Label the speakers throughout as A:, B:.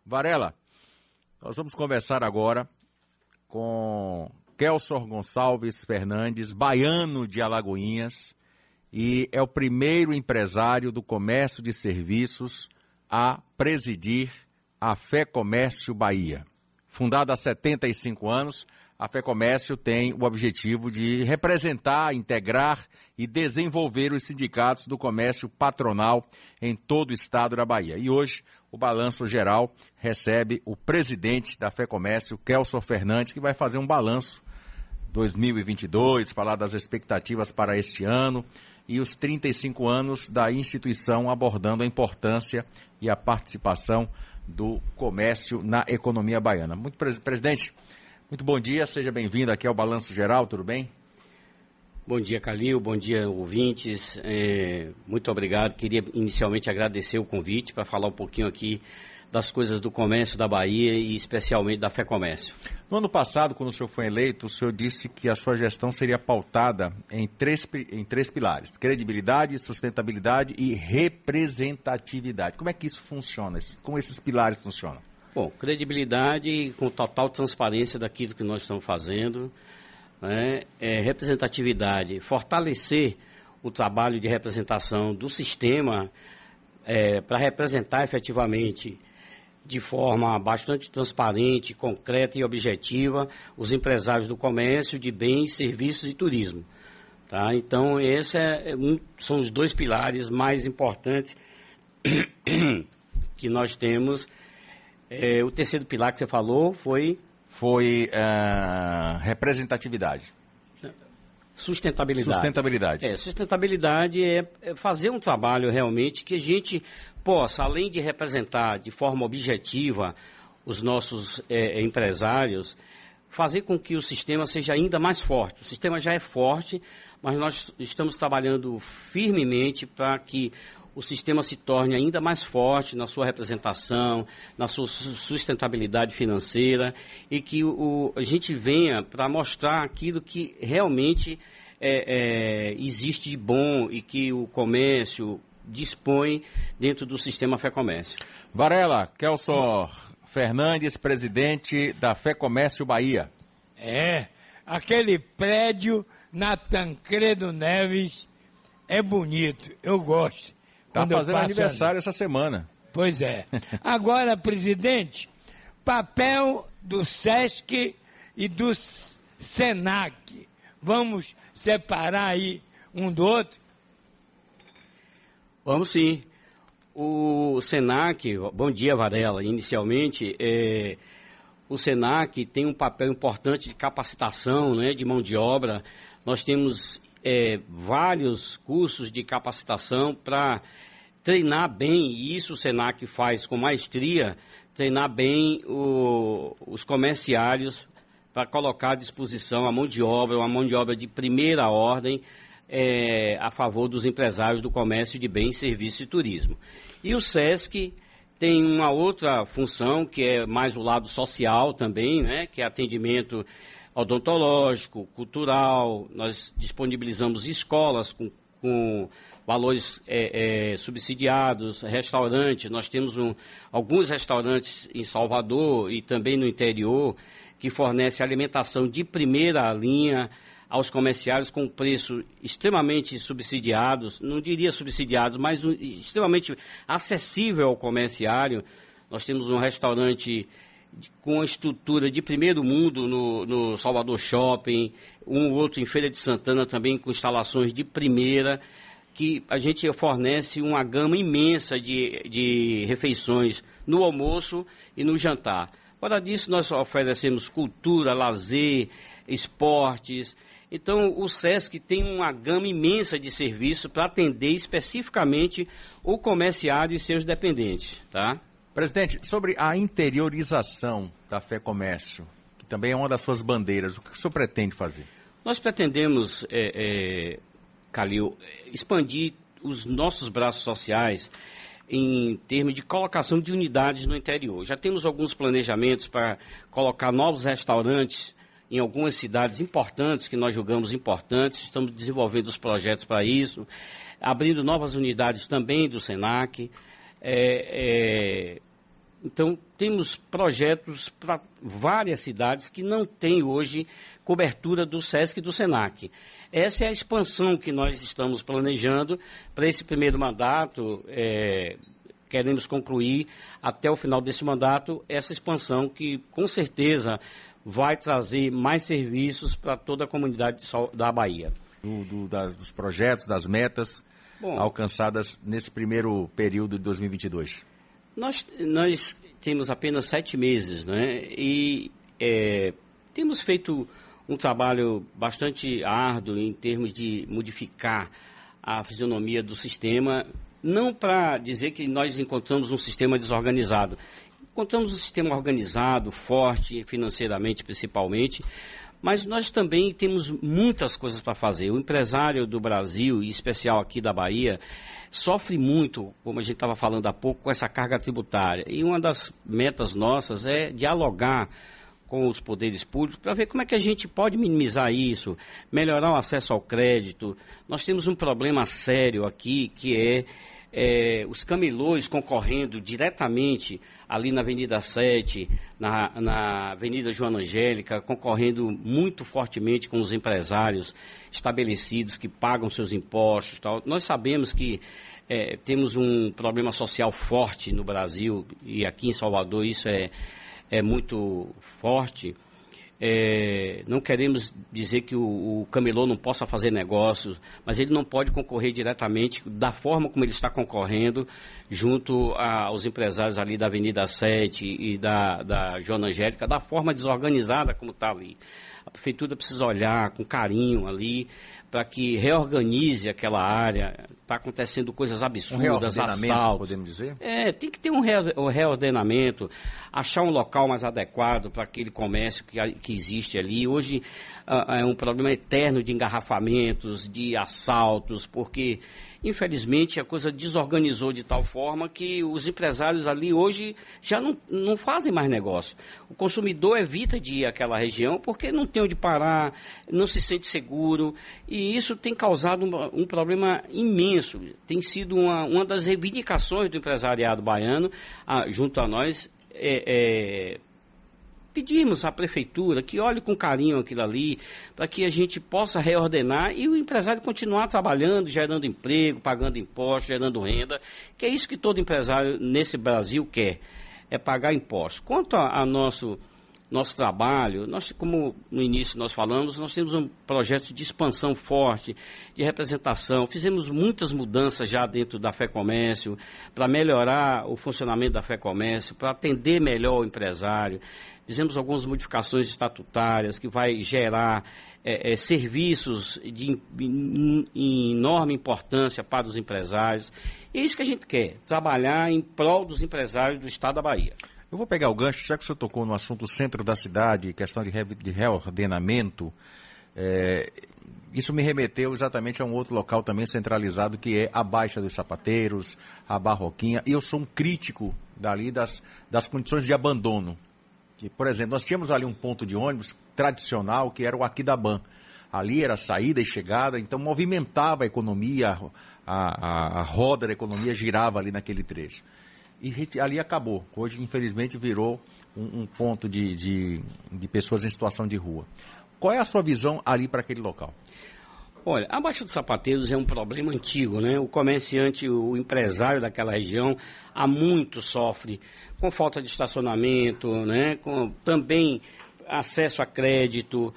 A: Varela, nós vamos conversar agora com Kelson Gonçalves Fernandes, baiano de Alagoinhas, e é o primeiro empresário do comércio de serviços a presidir a FEComércio Bahia. Fundada há 75 anos, a FEComércio tem o objetivo de representar, integrar e desenvolver os sindicatos do comércio patronal em todo o estado da Bahia. E hoje, o Balanço Geral recebe o presidente da FEComércio, Kelson Fernandes, que vai fazer um balanço 2022, falar das expectativas para este ano e os 35 anos da instituição, abordando a importância e a participação do comércio na economia baiana. Presidente, muito bom dia, seja bem-vindo aqui ao Balanço Geral, tudo bem?
B: Bom dia, Calil, bom dia, ouvintes, muito obrigado. Queria inicialmente agradecer o convite para falar um pouquinho aqui das coisas do comércio da Bahia e especialmente da FEComércio.
A: No ano passado, quando o senhor foi eleito, o senhor disse que a sua gestão seria pautada em três pilares: credibilidade, sustentabilidade e representatividade. Como é que isso funciona? Como esses pilares funcionam?
B: Bom, credibilidade com total transparência daquilo que nós estamos fazendo, né? Representatividade, fortalecer o trabalho de representação do sistema para representar efetivamente de forma bastante transparente, concreta e objetiva os empresários do comércio, de bens, serviços e turismo. Tá? Então, esses são os dois pilares mais importantes que nós temos. O terceiro pilar que você falou foi
A: representatividade.
B: Sustentabilidade. Sustentabilidade é fazer um trabalho realmente que a gente possa, além de representar de forma objetiva os nossos empresários, fazer com que o sistema seja ainda mais forte. O sistema já é forte, mas nós estamos trabalhando firmemente para que o sistema se torne ainda mais forte na sua representação, na sua sustentabilidade financeira e que a gente venha para mostrar aquilo que realmente existe de bom e que o comércio dispõe dentro do sistema FEComércio.
A: Varela, Kelson Fernandes, presidente da FEComércio Bahia.
C: Aquele prédio na Tancredo Neves é bonito, eu gosto.
A: Está fazendo aniversário essa semana.
C: Pois é. Agora, presidente, papel do SESC e do SENAC. Vamos separar aí um do outro?
B: Vamos sim. O SENAC, bom dia, Varela, inicialmente, o SENAC tem um papel importante de capacitação, né, de mão de obra. Nós temos vários cursos de capacitação para treinar bem, e isso o SENAC faz com maestria, treinar bem os comerciários para colocar à disposição a mão de obra, uma mão de obra de primeira ordem a favor dos empresários do comércio de bens, serviços e turismo. E o SESC tem uma outra função que é mais o lado social também, né, que é atendimento odontológico, cultural. Nós disponibilizamos escolas com valores subsidiados, restaurantes. Nós temos alguns restaurantes em Salvador e também no interior que fornecem alimentação de primeira linha aos comerciários com preço extremamente subsidiados, não diria subsidiados, mas extremamente acessível ao comerciário. Nós temos um restaurante com uma estrutura de primeiro mundo no Salvador Shopping, um outro em Feira de Santana também com instalações de primeira, que a gente fornece uma gama imensa de refeições no almoço e no jantar. Fora disso, nós oferecemos cultura, lazer, esportes. Então, o SESC tem uma gama imensa de serviços para atender especificamente o comerciário e seus dependentes, tá?
A: Presidente, sobre a interiorização da FEComércio, que também é uma das suas bandeiras, o que o senhor pretende fazer?
B: Nós pretendemos, Calil, expandir os nossos braços sociais em termos de colocação de unidades no interior. Já temos alguns planejamentos para colocar novos restaurantes em algumas cidades importantes, que nós julgamos importantes. Estamos desenvolvendo os projetos para isso, abrindo novas unidades também do SENAC. Então, temos projetos para várias cidades que não têm hoje cobertura do SESC e do SENAC. Essa é a expansão que nós estamos planejando para esse primeiro mandato. Queremos concluir até o final desse mandato essa expansão que, com certeza, vai trazer mais serviços para toda a comunidade da Bahia.
A: Dos projetos, das metas alcançadas nesse primeiro período de 2022.
B: Nós temos apenas 7 meses, né? E temos feito um trabalho bastante árduo em termos de modificar a fisionomia do sistema, não para dizer que nós encontramos um sistema desorganizado. Encontramos um sistema organizado, forte, financeiramente principalmente, mas nós também temos muitas coisas para fazer. O empresário do Brasil, em especial aqui da Bahia, sofre muito, como a gente estava falando há pouco, com essa carga tributária. E uma das metas nossas é dialogar com os poderes públicos para ver como é que a gente pode minimizar isso, melhorar o acesso ao crédito. Nós temos um problema sério aqui, que é os camelôs concorrendo diretamente ali na Avenida 7, na Avenida Joana Angélica, concorrendo muito fortemente com os empresários estabelecidos que pagam seus impostos e tal. Nós sabemos que temos um problema social forte no Brasil, e aqui em Salvador isso é muito forte. Não queremos dizer que o camelô não possa fazer negócios, mas ele não pode concorrer diretamente da forma como ele está concorrendo junto aos empresários ali da Avenida 7 e da Joana Angélica, da forma desorganizada como está ali. A prefeitura precisa olhar com carinho ali para que reorganize aquela área. Está acontecendo coisas absurdas, assaltos.
A: Podemos dizer?
B: Tem que ter um reordenamento, achar um local mais adequado para aquele comércio que existe ali. Hoje é um problema eterno de engarrafamentos, de assaltos, porque infelizmente a coisa desorganizou de tal forma que os empresários ali hoje já não fazem mais negócio. O consumidor evita de ir àquela região porque não tem onde parar, não se sente seguro, e isso tem causado um problema imenso. Tem sido uma das reivindicações do empresariado baiano, junto a nós, pedimos à prefeitura que olhe com carinho aquilo ali, para que a gente possa reordenar e o empresário continuar trabalhando, gerando emprego, pagando impostos, gerando renda, que é isso que todo empresário nesse Brasil quer, é pagar impostos. Quanto a nosso trabalho, como no início nós falamos, nós temos um projeto de expansão forte, de representação. Fizemos muitas mudanças já dentro da FEComércio, para melhorar o funcionamento da FEComércio, para atender melhor o empresário. Fizemos algumas modificações estatutárias que vai gerar serviços de enorme importância para os empresários. E é isso que a gente quer, trabalhar em prol dos empresários do estado da Bahia.
A: Eu vou pegar o gancho, já que o senhor tocou no assunto centro da cidade, questão de reordenamento, isso me remeteu exatamente a um outro local também centralizado, que é a Baixa dos Sapateiros, a Barroquinha, e eu sou um crítico dali das condições de abandono. Que, por exemplo, nós tínhamos ali um ponto de ônibus tradicional, que era o Aquidaban. Ali era saída e chegada, então movimentava a economia, a roda da economia girava ali naquele trecho. E ali acabou. Hoje, infelizmente, virou um ponto de pessoas em situação de rua. Qual é a sua visão ali para aquele local?
B: Olha, a Baixa dos Sapateiros é um problema antigo, né? O comerciante, o empresário daquela região, há muito sofre com falta de estacionamento, né? Com também acesso a crédito.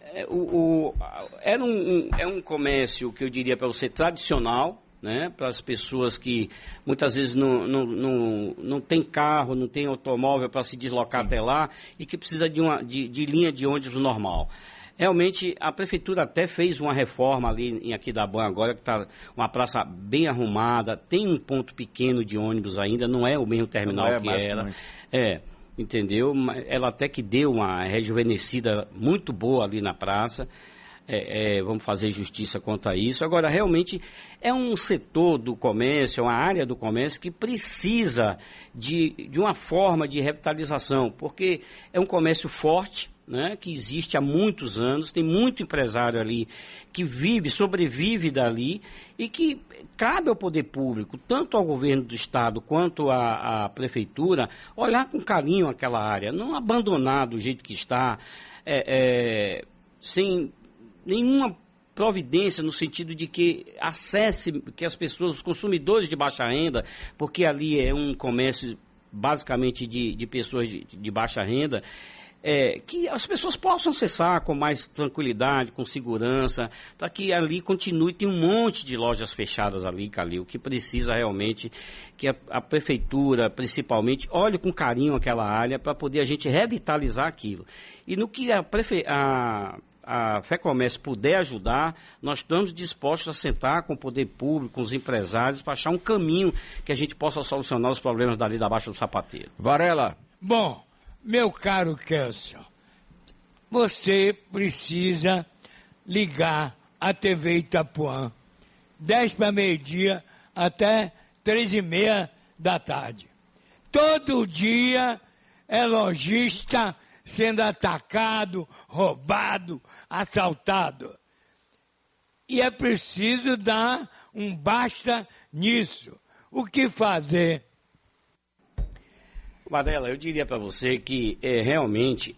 B: É um comércio que eu diria para você tradicional, né, para as pessoas que muitas vezes não tem carro, não tem automóvel para se deslocar até lá e que precisa de linha de ônibus normal. Realmente, a prefeitura até fez uma reforma ali em Aquidaban agora, que está uma praça bem arrumada, tem um ponto pequeno de ônibus ainda, não é o mesmo terminal que era. Entendeu? Ela até que deu uma rejuvenescida muito boa ali na praça. Vamos fazer justiça quanto a isso. Agora, realmente, é um setor do comércio, é uma área do comércio que precisa de uma forma de revitalização, porque é um comércio forte, né, que existe há muitos anos, tem muito empresário ali que sobrevive dali e que cabe ao poder público, tanto ao governo do estado quanto à prefeitura, olhar com carinho aquela área, não abandonar do jeito que está, sem nenhuma providência no sentido de que que as pessoas, os consumidores de baixa renda, porque ali é um comércio basicamente de pessoas de baixa renda, que as pessoas possam acessar com mais tranquilidade, com segurança, para que ali continue. Tem um monte de lojas fechadas ali, Calil, que precisa realmente que a prefeitura, principalmente, olhe com carinho aquela área para poder a gente revitalizar aquilo. E no que a FEComércio puder ajudar, nós estamos dispostos a sentar com o poder público, com os empresários, para achar um caminho que a gente possa solucionar os problemas dali da Baixa do Sapateiro.
A: Varela.
C: Bom, meu caro Kelson, você precisa ligar a TV Itapuã, 10 para meio-dia até 3h30 da tarde. Todo dia é lojista sendo atacado, roubado, assaltado. E é preciso dar um basta nisso. O que fazer?
B: Varela, eu diria para você que realmente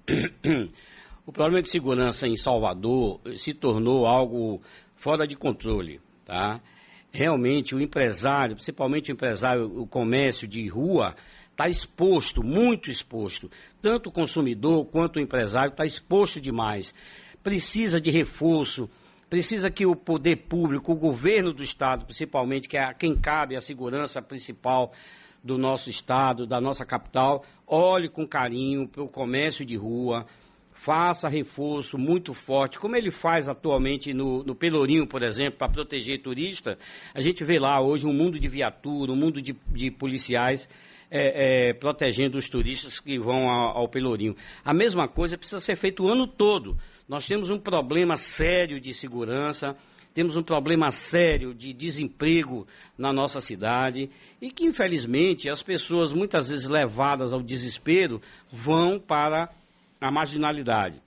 B: o problema de segurança em Salvador se tornou algo fora de controle, tá? Realmente o empresário, principalmente o empresário, o comércio de rua, está exposto, muito exposto. Tanto o consumidor quanto o empresário está exposto demais. Precisa de reforço, precisa que o poder público, o governo do estado, principalmente, que é a quem cabe a segurança principal do nosso estado, da nossa capital, olhe com carinho para o comércio de rua, faça reforço muito forte, como ele faz atualmente no Pelourinho, por exemplo, para proteger turista. A gente vê lá hoje um mundo de viatura, um mundo de policiais protegendo os turistas que vão ao Pelourinho. A mesma coisa precisa ser feita o ano todo. Nós temos um problema sério de segurança, temos um problema sério de desemprego na nossa cidade e que, infelizmente, as pessoas, muitas vezes levadas ao desespero, vão para a marginalidade.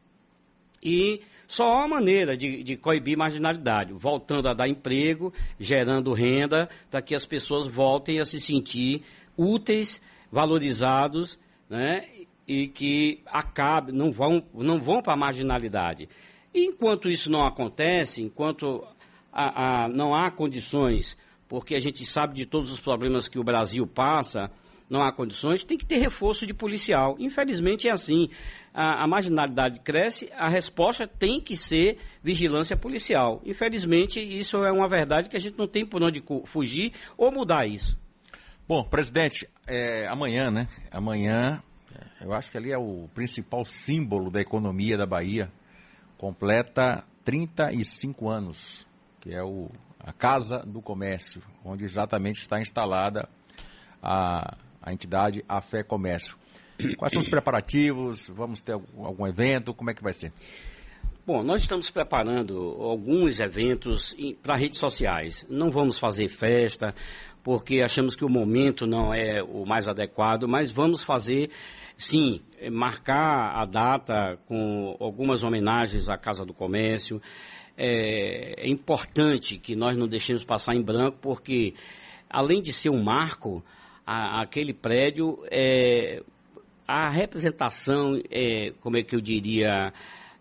B: E só há uma maneira de coibir marginalidade, voltando a dar emprego, gerando renda, para que as pessoas voltem a se sentir úteis, valorizados, né, e que não vão para a marginalidade. E enquanto isso não acontece, enquanto não há condições, porque a gente sabe de todos os problemas que o Brasil passa, não há condições, tem que ter reforço de policial. Infelizmente é assim. A marginalidade cresce, a resposta tem que ser vigilância policial. Infelizmente, isso é uma verdade que a gente não tem por onde fugir ou mudar isso.
A: Bom, presidente, amanhã, né? Amanhã, eu acho que ali é o principal símbolo da economia da Bahia. Completa 35 anos, que é a Casa do Comércio, onde exatamente está instalada a entidade A FEComércio. Quais são os preparativos? Vamos ter algum evento? Como é que vai ser?
B: Bom, nós estamos preparando alguns eventos para redes sociais. Não vamos fazer festa, porque achamos que o momento não é o mais adequado, mas vamos fazer, sim, marcar a data com algumas homenagens à Casa do Comércio. É importante que nós não deixemos passar em branco, porque, além de ser um marco, aquele prédio, a representação, como é que eu diria,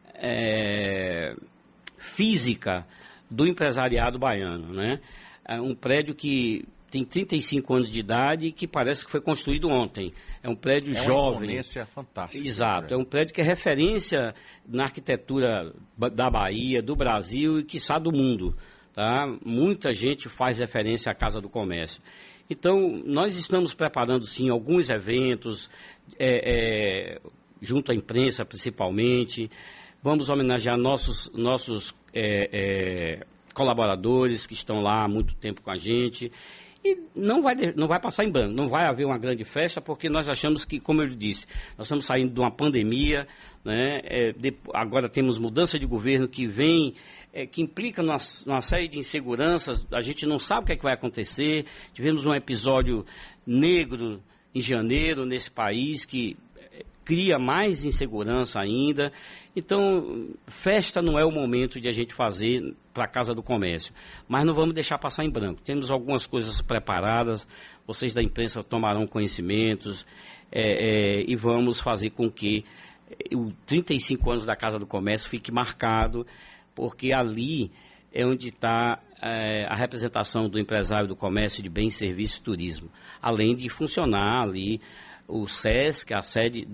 B: física do empresariado baiano, né? É um prédio que tem 35 anos de idade e que parece que foi construído ontem. É um prédio jovem. É uma
A: imponência fantástica.
B: Exato. É um prédio que é referência na arquitetura da Bahia, do Brasil e, quiçá, do mundo. Tá? Muita gente faz referência à Casa do Comércio. Então, nós estamos preparando, sim, alguns eventos, junto à imprensa, principalmente. Vamos homenagear nossos colaboradores que estão lá há muito tempo com a gente. E não vai passar em branco, não vai haver uma grande festa, porque nós achamos que, como eu disse, nós estamos saindo de uma pandemia, né? Agora temos mudança de governo que vem, que implica numa série de inseguranças, a gente não sabe o que é que vai acontecer. Tivemos um episódio negro em janeiro nesse país que cria mais insegurança ainda. Então, festa não é o momento de a gente fazer para a Casa do Comércio, mas não vamos deixar passar em branco. Temos algumas coisas preparadas, vocês da imprensa tomarão conhecimentos e vamos fazer com que os 35 anos da Casa do Comércio fique marcado, porque ali é onde está a representação do empresário do comércio de bens, serviços e turismo, além de funcionar ali o SESC, a sede,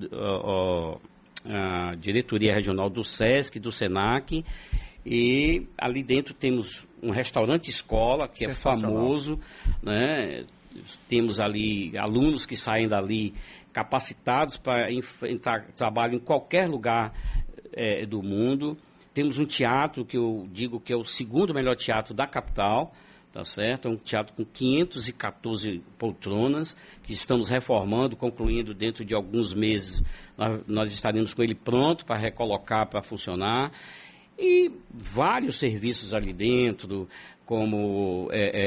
B: a diretoria regional do SESC, do SENAC, e ali dentro temos um restaurante escola, que é famoso, né? Temos ali alunos que saem dali capacitados para enfrentar trabalho em qualquer lugar do mundo. Temos um teatro que eu digo que é o segundo melhor teatro da capital, tá certo? É um teatro com 514 poltronas, que estamos reformando, concluindo dentro de alguns meses. Nós estaremos com ele pronto para recolocar, para funcionar. E vários serviços ali dentro, como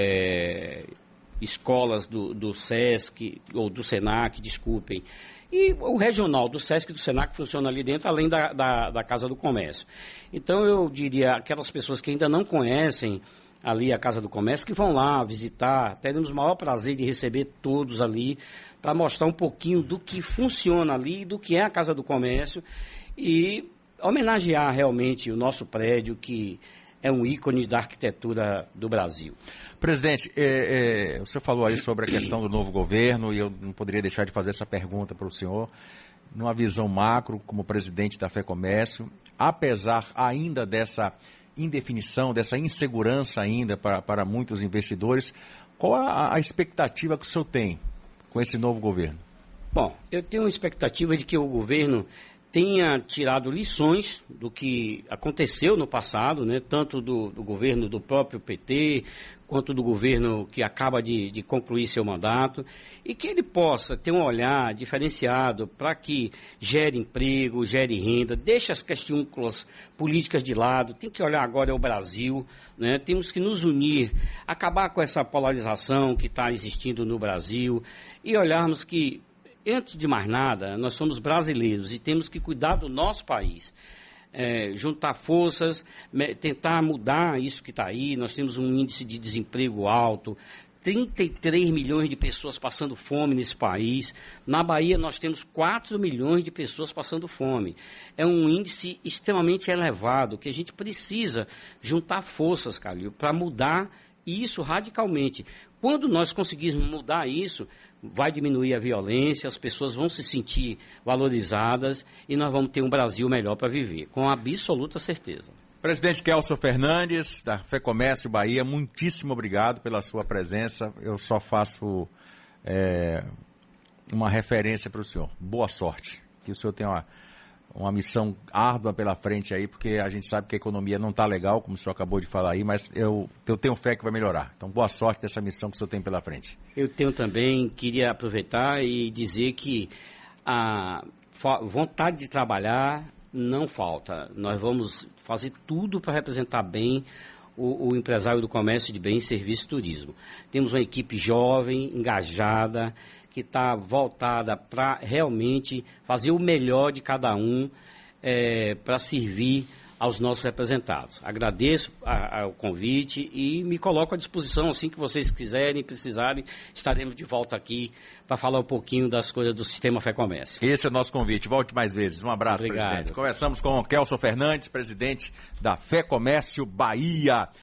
B: escolas do SESC, ou do SENAC, desculpem. E o regional do SESC e do SENAC funciona ali dentro, além da Casa do Comércio. Então, eu diria, aquelas pessoas que ainda não conhecem ali a Casa do Comércio, que vão lá visitar, teremos o maior prazer de receber todos ali, para mostrar um pouquinho do que funciona ali, do que é a Casa do Comércio, e homenagear realmente o nosso prédio, que é um ícone da arquitetura do Brasil.
A: Presidente, você falou aí sobre a questão do novo governo, e eu não poderia deixar de fazer essa pergunta para o senhor. Numa visão macro, como presidente da FEComércio, apesar ainda dessa indefinição, dessa insegurança ainda para muitos investidores, qual a expectativa que o senhor tem com esse novo governo?
B: Bom, eu tenho uma expectativa de que o governo tenha tirado lições do que aconteceu no passado, né, tanto do governo do próprio PT, quanto do governo que acaba de concluir seu mandato, e que ele possa ter um olhar diferenciado para que gere emprego, gere renda, deixe as questões políticas de lado, tem que olhar agora o Brasil, né, temos que nos unir, acabar com essa polarização que está existindo no Brasil e olharmos que, antes de mais nada, nós somos brasileiros e temos que cuidar do nosso país. Juntar forças, tentar mudar isso que está aí. Nós temos um índice de desemprego alto, 33 milhões de pessoas passando fome nesse país. Na Bahia nós temos 4 milhões de pessoas passando fome. É um índice extremamente elevado, que a gente precisa juntar forças, Calil, para mudar isso radicalmente. Quando nós conseguirmos mudar isso, vai diminuir a violência, as pessoas vão se sentir valorizadas e nós vamos ter um Brasil melhor para viver, com absoluta certeza.
A: Presidente Kelso Fernandes, da FEComércio Bahia, muitíssimo obrigado pela sua presença. Eu só faço uma referência para o senhor. Boa sorte. Que o senhor tenha uma missão árdua pela frente aí, porque a gente sabe que a economia não está legal, como o senhor acabou de falar aí, mas eu tenho fé que vai melhorar. Então, boa sorte dessa missão que o senhor tem pela frente.
B: Eu tenho também, queria aproveitar e dizer que a vontade de trabalhar não falta. Nós vamos fazer tudo para representar bem o empresário do comércio de bens, serviços e turismo. Temos uma equipe jovem, engajada, que está voltada para realmente fazer o melhor de cada um para servir aos nossos representados. Agradeço o convite e me coloco à disposição, assim que vocês quiserem, precisarem, estaremos de volta aqui para falar um pouquinho das coisas do Sistema FEComércio.
A: Esse é o nosso convite. Volte mais vezes. Um abraço,
B: obrigado,
A: presidente. Conversamos com o Kelso Fernandes, presidente da FEComércio Bahia.